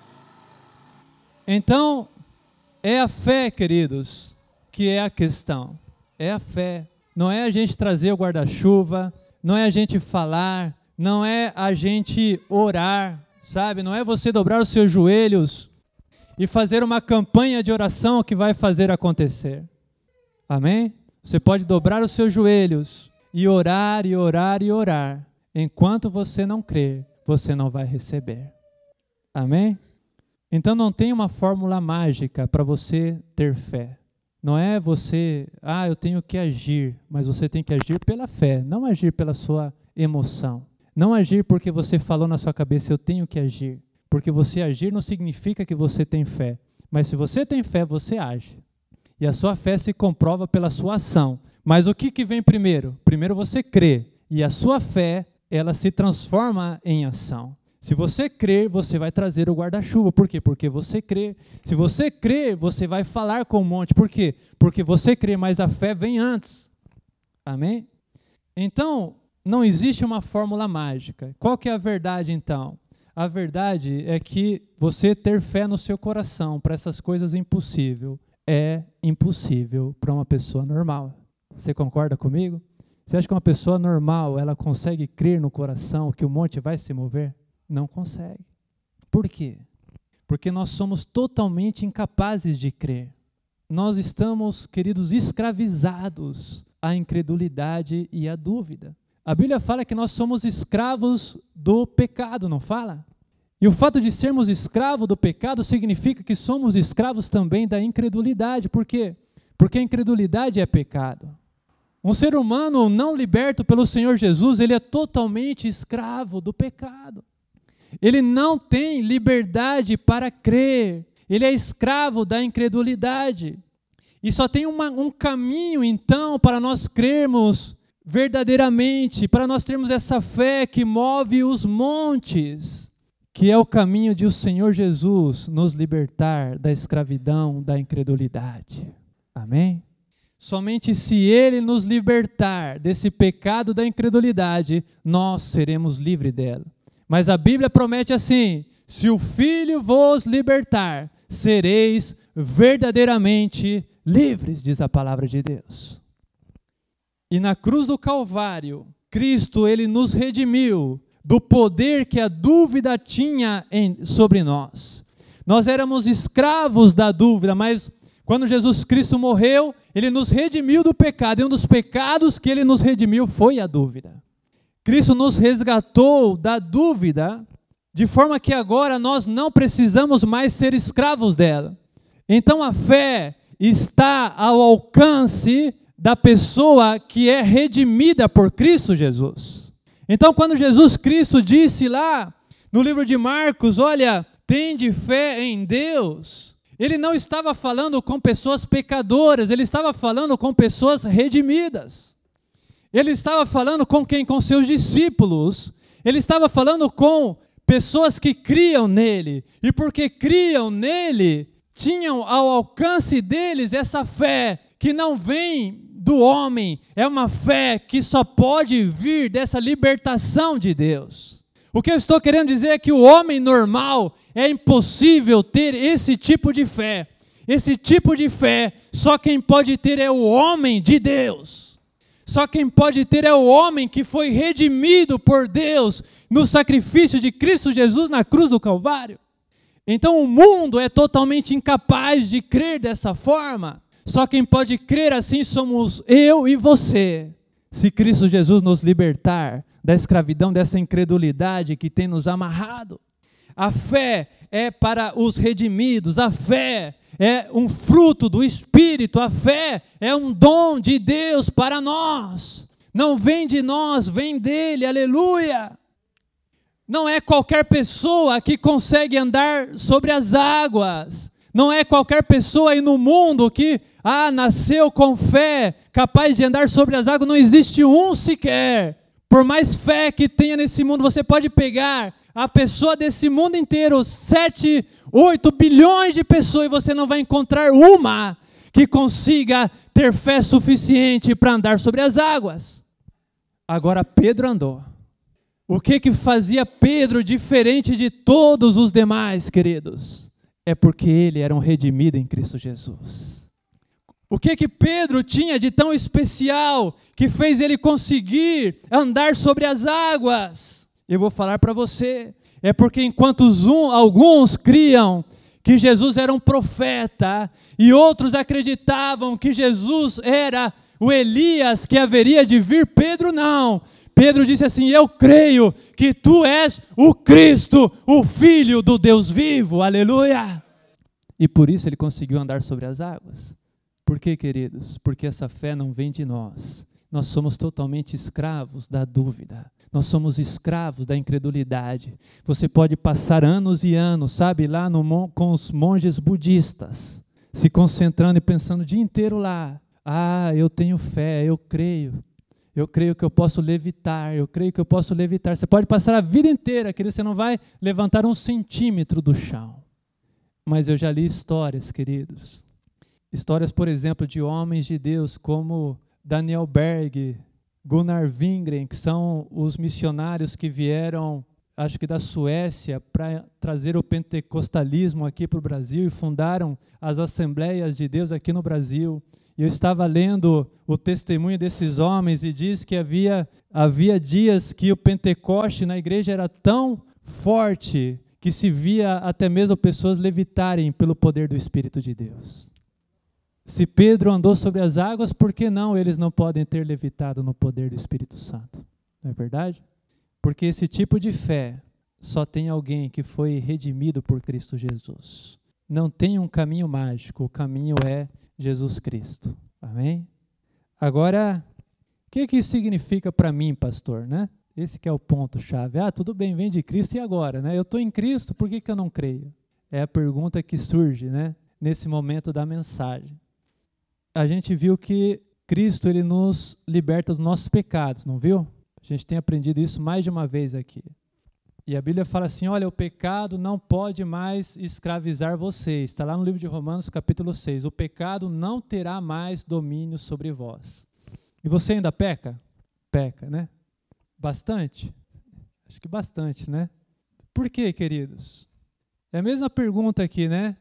Então, é a fé, queridos, que é a questão. É a fé. Não é a gente trazer o guarda-chuva, não é a gente falar, não é a gente orar, sabe? Não é você dobrar os seus joelhos e fazer uma campanha de oração que vai fazer acontecer. Amém? Você pode dobrar os seus joelhos e orar, e orar, e orar. Enquanto você não crer, você não vai receber. Amém? Então não tem uma fórmula mágica para você ter fé. Não é você, eu tenho que agir, mas você tem que agir pela fé, não agir pela sua emoção. Não agir porque você falou na sua cabeça, eu tenho que agir. Porque você agir não significa que você tem fé, Mas se você tem fé, você age. E a sua fé se comprova pela sua ação. Mas o que vem primeiro? Primeiro você crê. E a sua fé, ela se transforma em ação. Se você crer, você vai trazer o guarda-chuva. Por quê? Porque você crê. Se você crer, você vai falar com o monte. Por quê? Porque você crê, mas a fé vem antes. Amém? Então, não existe uma fórmula mágica. Qual que é a verdade, então? A verdade é que você ter fé no seu coração para essas coisas impossíveis é impossível para uma pessoa normal. Você concorda comigo? Você acha que uma pessoa normal, ela consegue crer no coração que o monte vai se mover? Não consegue. Por quê? Porque nós somos totalmente incapazes de crer. Nós estamos, queridos, escravizados à incredulidade e à dúvida. A Bíblia fala que nós somos escravos do pecado, não fala? E o fato de sermos escravos do pecado significa que somos escravos também da incredulidade. Por quê? Porque a incredulidade é pecado. Um ser humano não liberto pelo Senhor Jesus, ele é totalmente escravo do pecado. Ele não tem liberdade para crer. Ele é escravo da incredulidade. E só tem um caminho, então, para nós crermos verdadeiramente, para nós termos essa fé que move os montes, que é o caminho de o Senhor Jesus nos libertar da escravidão, da incredulidade. Amém? Somente se Ele nos libertar desse pecado da incredulidade, nós seremos livres dela. Mas a Bíblia promete assim: se o Filho vos libertar, sereis verdadeiramente livres, diz a palavra de Deus. E na cruz do Calvário, Cristo, Ele nos redimiu do poder que a dúvida tinha sobre nós. Nós éramos escravos da dúvida, mas quando Jesus Cristo morreu, Ele nos redimiu do pecado, e um dos pecados que Ele nos redimiu foi a dúvida. Cristo nos resgatou da dúvida, de forma que agora nós não precisamos mais ser escravos dela. Então a fé está ao alcance da pessoa que é redimida por Cristo Jesus. Então quando Jesus Cristo disse lá no livro de Marcos, olha, tende fé em Deus, Ele não estava falando com pessoas pecadoras, Ele estava falando com pessoas redimidas. Ele estava falando com quem? Com seus discípulos. Ele estava falando com pessoas que criam nele. E porque criam nele, tinham ao alcance deles essa fé que não vem do homem. É uma fé que só pode vir dessa libertação de Deus. O que eu estou querendo dizer é que o homem normal é impossível ter esse tipo de fé. Esse tipo de fé, só quem pode ter é o homem de Deus. Só quem pode ter é o homem que foi redimido por Deus no sacrifício de Cristo Jesus na cruz do Calvário. Então o mundo é totalmente incapaz de crer dessa forma. Só quem pode crer assim somos eu e você. Se Cristo Jesus nos libertar da escravidão, dessa incredulidade que tem nos amarrado. A fé é para os redimidos, a fé é um fruto do Espírito, a fé é um dom de Deus para nós. Não vem de nós, vem dele, aleluia. Não é qualquer pessoa que consegue andar sobre as águas. Não é qualquer pessoa aí no mundo que nasceu com fé, capaz de andar sobre as águas. Não existe um sequer. Por mais fé que tenha nesse mundo, você pode pegar a pessoa desse mundo inteiro, 7, 8 bilhões de pessoas, e você não vai encontrar uma que consiga ter fé suficiente para andar sobre as águas. Agora Pedro andou. O que fazia Pedro diferente de todos os demais, queridos? É porque ele era um redimido em Cristo Jesus. O que Pedro tinha de tão especial que fez ele conseguir andar sobre as águas? Eu vou falar para você. É porque enquanto alguns criam que Jesus era um profeta e outros acreditavam que Jesus era o Elias que haveria de vir, Pedro não. Pedro disse assim: eu creio que tu és o Cristo, o Filho do Deus vivo, aleluia. E por isso ele conseguiu andar sobre as águas. Por quê, queridos? Porque essa fé não vem de nós. nós somos totalmente escravos da dúvida. Nós somos escravos da incredulidade. Você pode passar anos e anos, sabe, lá com os monges budistas, se concentrando e pensando o dia inteiro lá. Eu tenho fé, eu creio que eu posso levitar, eu creio que eu posso levitar. Você pode passar a vida inteira, querido, você não vai levantar 1 centímetro do chão. Mas eu já li histórias, queridos. Histórias, por exemplo, de homens de Deus como Daniel Berg, Gunnar Wingren, que são os missionários que vieram, acho que da Suécia, para trazer o pentecostalismo aqui para o Brasil e fundaram as Assembleias de Deus aqui no Brasil. E eu estava lendo o testemunho desses homens e diz que havia dias que o Pentecoste na igreja era tão forte que se via até mesmo pessoas levitarem pelo poder do Espírito de Deus. Se Pedro andou sobre as águas, por que não eles não podem ter levitado no poder do Espírito Santo? Não é verdade? Porque esse tipo de fé só tem alguém que foi redimido por Cristo Jesus. Não tem um caminho mágico, o caminho é Jesus Cristo. Amém? Agora, o que isso significa para mim, pastor, né? Esse que é o ponto-chave. Tudo bem, vem de Cristo, e agora? Né? Eu estou em Cristo, por que eu não creio? É a pergunta que surge, né, nesse momento da mensagem. A gente viu que Cristo ele nos liberta dos nossos pecados, não viu? A gente tem aprendido isso mais de uma vez aqui. E a Bíblia fala assim, olha, o pecado não pode mais escravizar vocês. Está lá no livro de Romanos, capítulo 6. O pecado não terá mais domínio sobre vós. E você ainda peca? Peca, né? Bastante? Acho que bastante, né? Por quê, queridos? É a mesma pergunta aqui, né?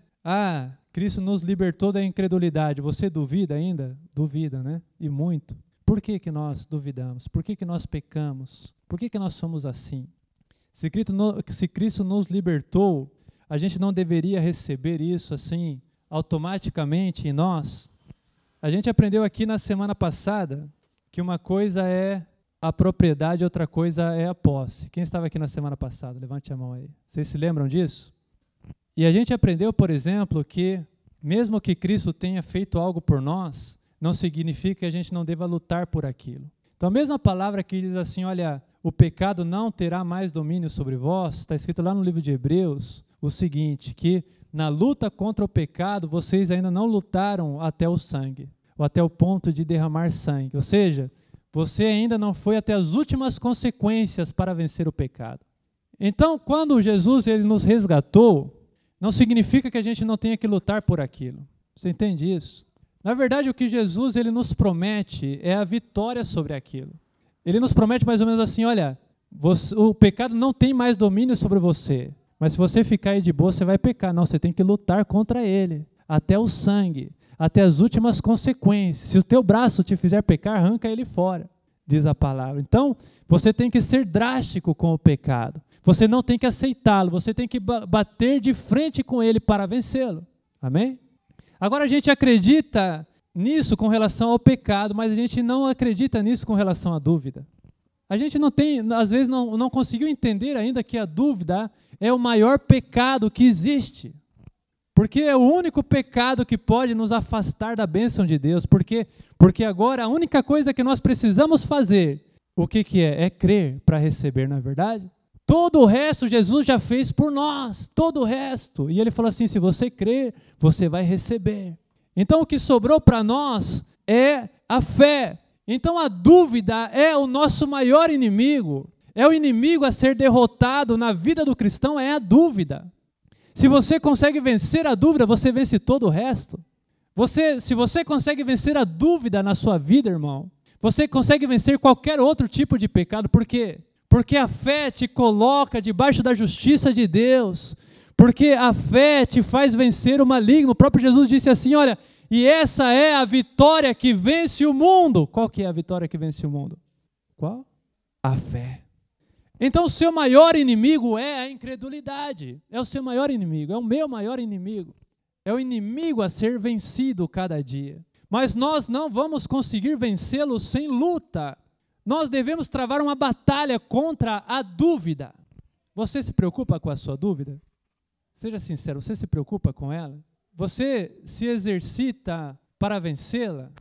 Cristo nos libertou da incredulidade. Você duvida ainda? Duvida, né? E muito. Por que nós duvidamos? Por que nós pecamos? Por que nós somos assim? Se Cristo nos libertou, a gente não deveria receber isso assim, automaticamente em nós? A gente aprendeu aqui na semana passada que uma coisa é a propriedade, outra coisa é a posse. Quem estava aqui na semana passada? Levante a mão aí. Vocês se lembram disso? E a gente aprendeu, por exemplo, que mesmo que Cristo tenha feito algo por nós, não significa que a gente não deva lutar por aquilo. Então a mesma palavra que diz assim, olha, o pecado não terá mais domínio sobre vós, está escrito lá no livro de Hebreus, o seguinte, que na luta contra o pecado, vocês ainda não lutaram até o sangue, ou até o ponto de derramar sangue. Ou seja, você ainda não foi até as últimas consequências para vencer o pecado. Então, quando Jesus ele nos resgatou, não significa que a gente não tenha que lutar por aquilo. Você entende isso? Na verdade, o que Jesus ele nos promete é a vitória sobre aquilo. Ele nos promete mais ou menos assim, olha, o pecado não tem mais domínio sobre você, mas se você ficar aí de boa, você vai pecar. Não, você tem que lutar contra ele, até o sangue, até as últimas consequências. Se o teu braço te fizer pecar, arranca ele fora, diz a palavra. Então, você tem que ser drástico com o pecado. Você não tem que aceitá-lo, você tem que bater de frente com ele para vencê-lo. Amém? Agora a gente acredita nisso com relação ao pecado, mas a gente não acredita nisso com relação à dúvida. A gente não tem, às vezes não conseguiu entender ainda que a dúvida é o maior pecado que existe. Porque é o único pecado que pode nos afastar da bênção de Deus. Porque agora a única coisa que nós precisamos fazer, o que é? É crer para receber, não é verdade? Todo o resto Jesus já fez por nós, todo o resto. E ele falou assim, se você crer, você vai receber. Então o que sobrou para nós é a fé. Então a dúvida é o nosso maior inimigo. É o inimigo a ser derrotado na vida do cristão, é a dúvida. Se você consegue vencer a dúvida, você vence todo o resto. Se você consegue vencer a dúvida na sua vida, irmão, você consegue vencer qualquer outro tipo de pecado. Por quê? Porque a fé te coloca debaixo da justiça de Deus. Porque a fé te faz vencer o maligno. O próprio Jesus disse assim, olha, e essa é a vitória que vence o mundo. Qual que é a vitória que vence o mundo? Qual? A fé. Então o seu maior inimigo é a incredulidade. É o seu maior inimigo, é o meu maior inimigo. É o inimigo a ser vencido cada dia. Mas nós não vamos conseguir vencê-lo sem luta. Nós devemos travar uma batalha contra a dúvida. Você se preocupa com a sua dúvida? Seja sincero, você se preocupa com ela? Você se exercita para vencê-la?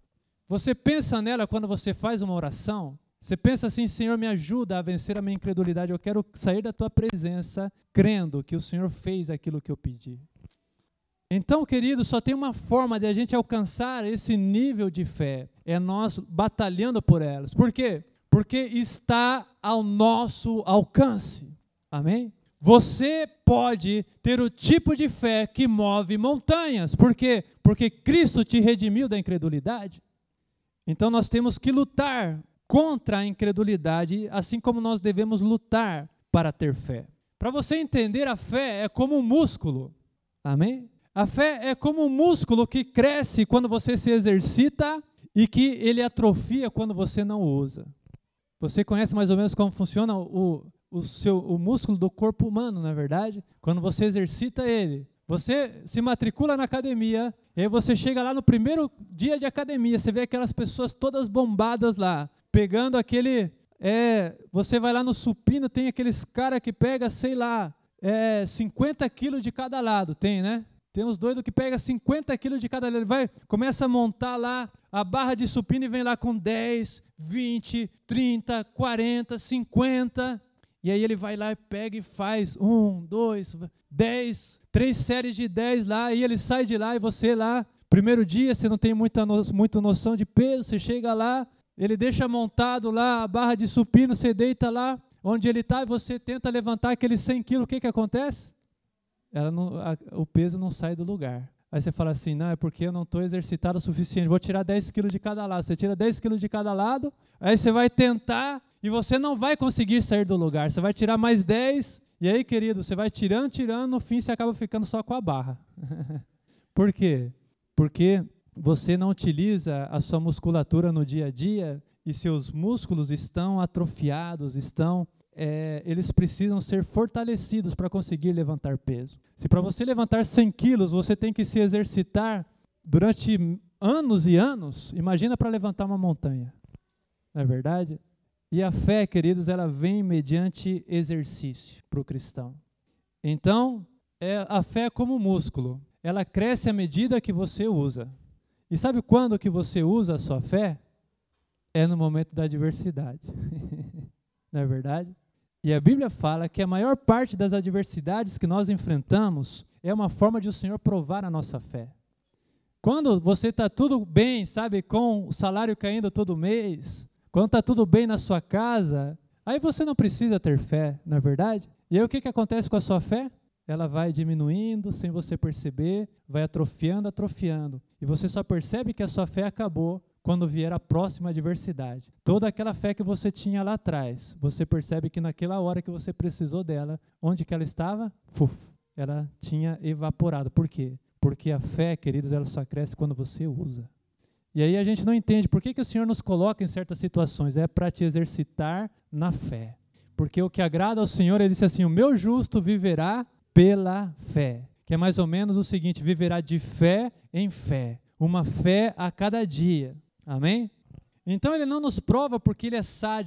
Você pensa nela quando você faz uma oração? Você pensa assim, Senhor, me ajuda a vencer a minha incredulidade. Eu quero sair da tua presença crendo que o Senhor fez aquilo que eu pedi. Então, querido, só tem uma forma de a gente alcançar esse nível de fé. É nós batalhando por elas. Por quê? Porque está ao nosso alcance. Amém? Você pode ter o tipo de fé que move montanhas. Por quê? Porque Cristo te redimiu da incredulidade. Então nós temos que lutar contra a incredulidade, assim como nós devemos lutar para ter fé. Para você entender, a fé é como um músculo. Amém? A fé é como um músculo que cresce quando você se exercita e que ele atrofia quando você não o usa. Você conhece mais ou menos como funciona o músculo do corpo humano, não é verdade? Quando você exercita ele, você se matricula na academia, e aí você chega lá no primeiro dia de academia, você vê aquelas pessoas todas bombadas lá, pegando aquele... você vai lá no supino, tem aqueles caras que pega, sei lá, 50 quilos de cada lado, tem, né? Tem uns doidos que pegam 50 quilos de cada lado, começa a montar lá a barra de supino e vem lá com 10, 20, 30, 40, 50... E aí ele vai lá e pega e faz 1, 2, 10, 3 séries de 10 lá, e ele sai de lá e você lá, primeiro dia você não tem muita noção de peso, você chega lá, ele deixa montado lá a barra de supino, você deita lá onde ele está e você tenta levantar aqueles 100 quilos, o que acontece? O peso não sai do lugar. Aí você fala assim, não, é porque eu não estou exercitado o suficiente, vou tirar 10 quilos de cada lado. Você tira 10 quilos de cada lado, aí você vai tentar e você não vai conseguir sair do lugar. Você vai tirar mais 10, e aí, querido, você vai tirando, no fim você acaba ficando só com a barra. Por quê? Porque você não utiliza a sua musculatura no dia a dia e seus músculos estão atrofiados, eles precisam ser fortalecidos para conseguir levantar peso. Se para você levantar 100 quilos, você tem que se exercitar durante anos e anos, imagina para levantar uma montanha. Não é verdade? E a fé, queridos, ela vem mediante exercício para o cristão. Então, a fé é como um músculo. Ela cresce à medida que você usa. E sabe quando que você usa a sua fé? É no momento da adversidade. Não é verdade? E a Bíblia fala que a maior parte das adversidades que nós enfrentamos é uma forma de o Senhor provar a nossa fé. Quando você está tudo bem, sabe, com o salário caindo todo mês, quando está tudo bem na sua casa, aí você não precisa ter fé, não é verdade? E aí o que acontece com a sua fé? Ela vai diminuindo sem você perceber, vai atrofiando. E você só percebe que a sua fé acabou quando vier a próxima adversidade. Toda aquela fé que você tinha lá atrás, você percebe que naquela hora que você precisou dela, onde que ela estava? Ela tinha evaporado. Por quê? Porque a fé, queridos, ela só cresce quando você usa. E aí a gente não entende por que o Senhor nos coloca em certas situações. É para te exercitar na fé. Porque o que agrada ao Senhor, ele disse assim, o meu justo viverá pela fé. Que é mais ou menos o seguinte, viverá de fé em fé. Uma fé a cada dia. Amém? Então ele não nos prova porque ele é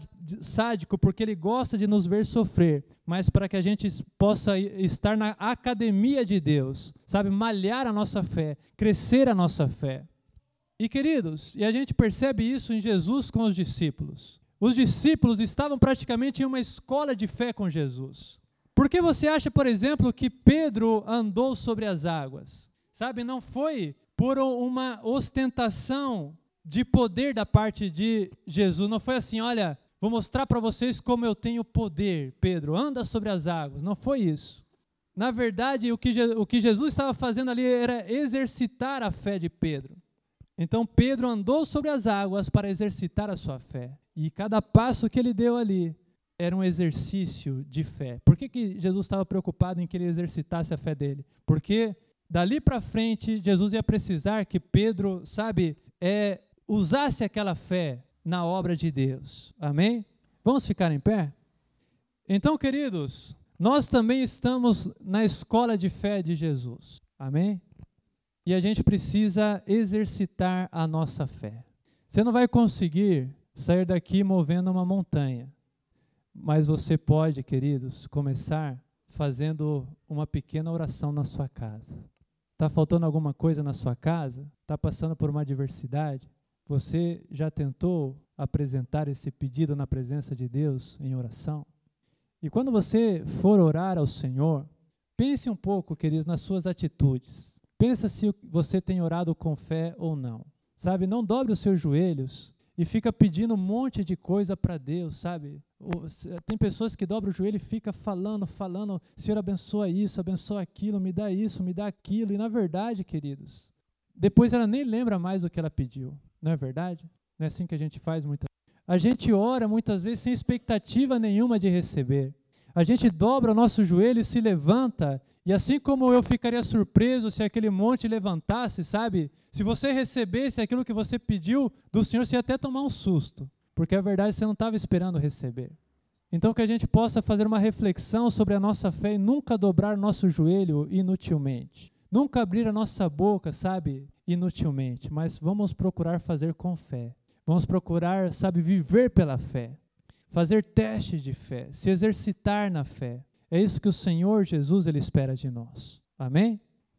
sádico, porque ele gosta de nos ver sofrer, mas para que a gente possa estar na academia de Deus, sabe, malhar a nossa fé, crescer a nossa fé. E queridos, e a gente percebe isso em Jesus com os discípulos. Os discípulos estavam praticamente em uma escola de fé com Jesus. Por que você acha, por exemplo, que Pedro andou sobre as águas? Sabe, não foi por uma ostentação de poder da parte de Jesus. Não foi assim, olha, vou mostrar para vocês como eu tenho poder, Pedro, anda sobre as águas. Não foi isso. Na verdade, o que Jesus estava fazendo ali era exercitar a fé de Pedro. Então, Pedro andou sobre as águas para exercitar a sua fé. E cada passo que ele deu ali era um exercício de fé. Por que Jesus estava preocupado em que ele exercitasse a fé dele? Porque dali para frente, Jesus ia precisar que Pedro, sabe, usasse aquela fé na obra de Deus. Amém? Vamos ficar em pé? Então, queridos, nós também estamos na escola de fé de Jesus. Amém? E a gente precisa exercitar a nossa fé. Você não vai conseguir sair daqui movendo uma montanha, mas você pode, queridos, começar fazendo uma pequena oração na sua casa. Está faltando alguma coisa na sua casa? Está passando por uma adversidade? Você já tentou apresentar esse pedido na presença de Deus em oração? E quando você for orar ao Senhor, pense um pouco, queridos, nas suas atitudes. Pensa se você tem orado com fé ou não. Sabe, não dobre os seus joelhos e fica pedindo um monte de coisa para Deus, sabe? Tem pessoas que dobram o joelho e ficam falando, Senhor, abençoa isso, abençoa aquilo, me dá isso, me dá aquilo. E na verdade, queridos, depois ela nem lembra mais do que ela pediu. Não é verdade? Não é assim que a gente faz muitas vezes? A gente ora muitas vezes sem expectativa nenhuma de receber. A gente dobra o nosso joelho e se levanta, e assim como eu ficaria surpreso se aquele monte levantasse, sabe? Se você recebesse aquilo que você pediu do Senhor, você ia até tomar um susto, porque a verdade você não estava esperando receber. Então que a gente possa fazer uma reflexão sobre a nossa fé e nunca dobrar nosso joelho inutilmente. Nunca abrir a nossa boca, sabe, inutilmente, mas vamos procurar fazer com fé. Vamos procurar, sabe, viver pela fé. Fazer testes de fé, se exercitar na fé. É isso que o Senhor Jesus ele espera de nós. Amém?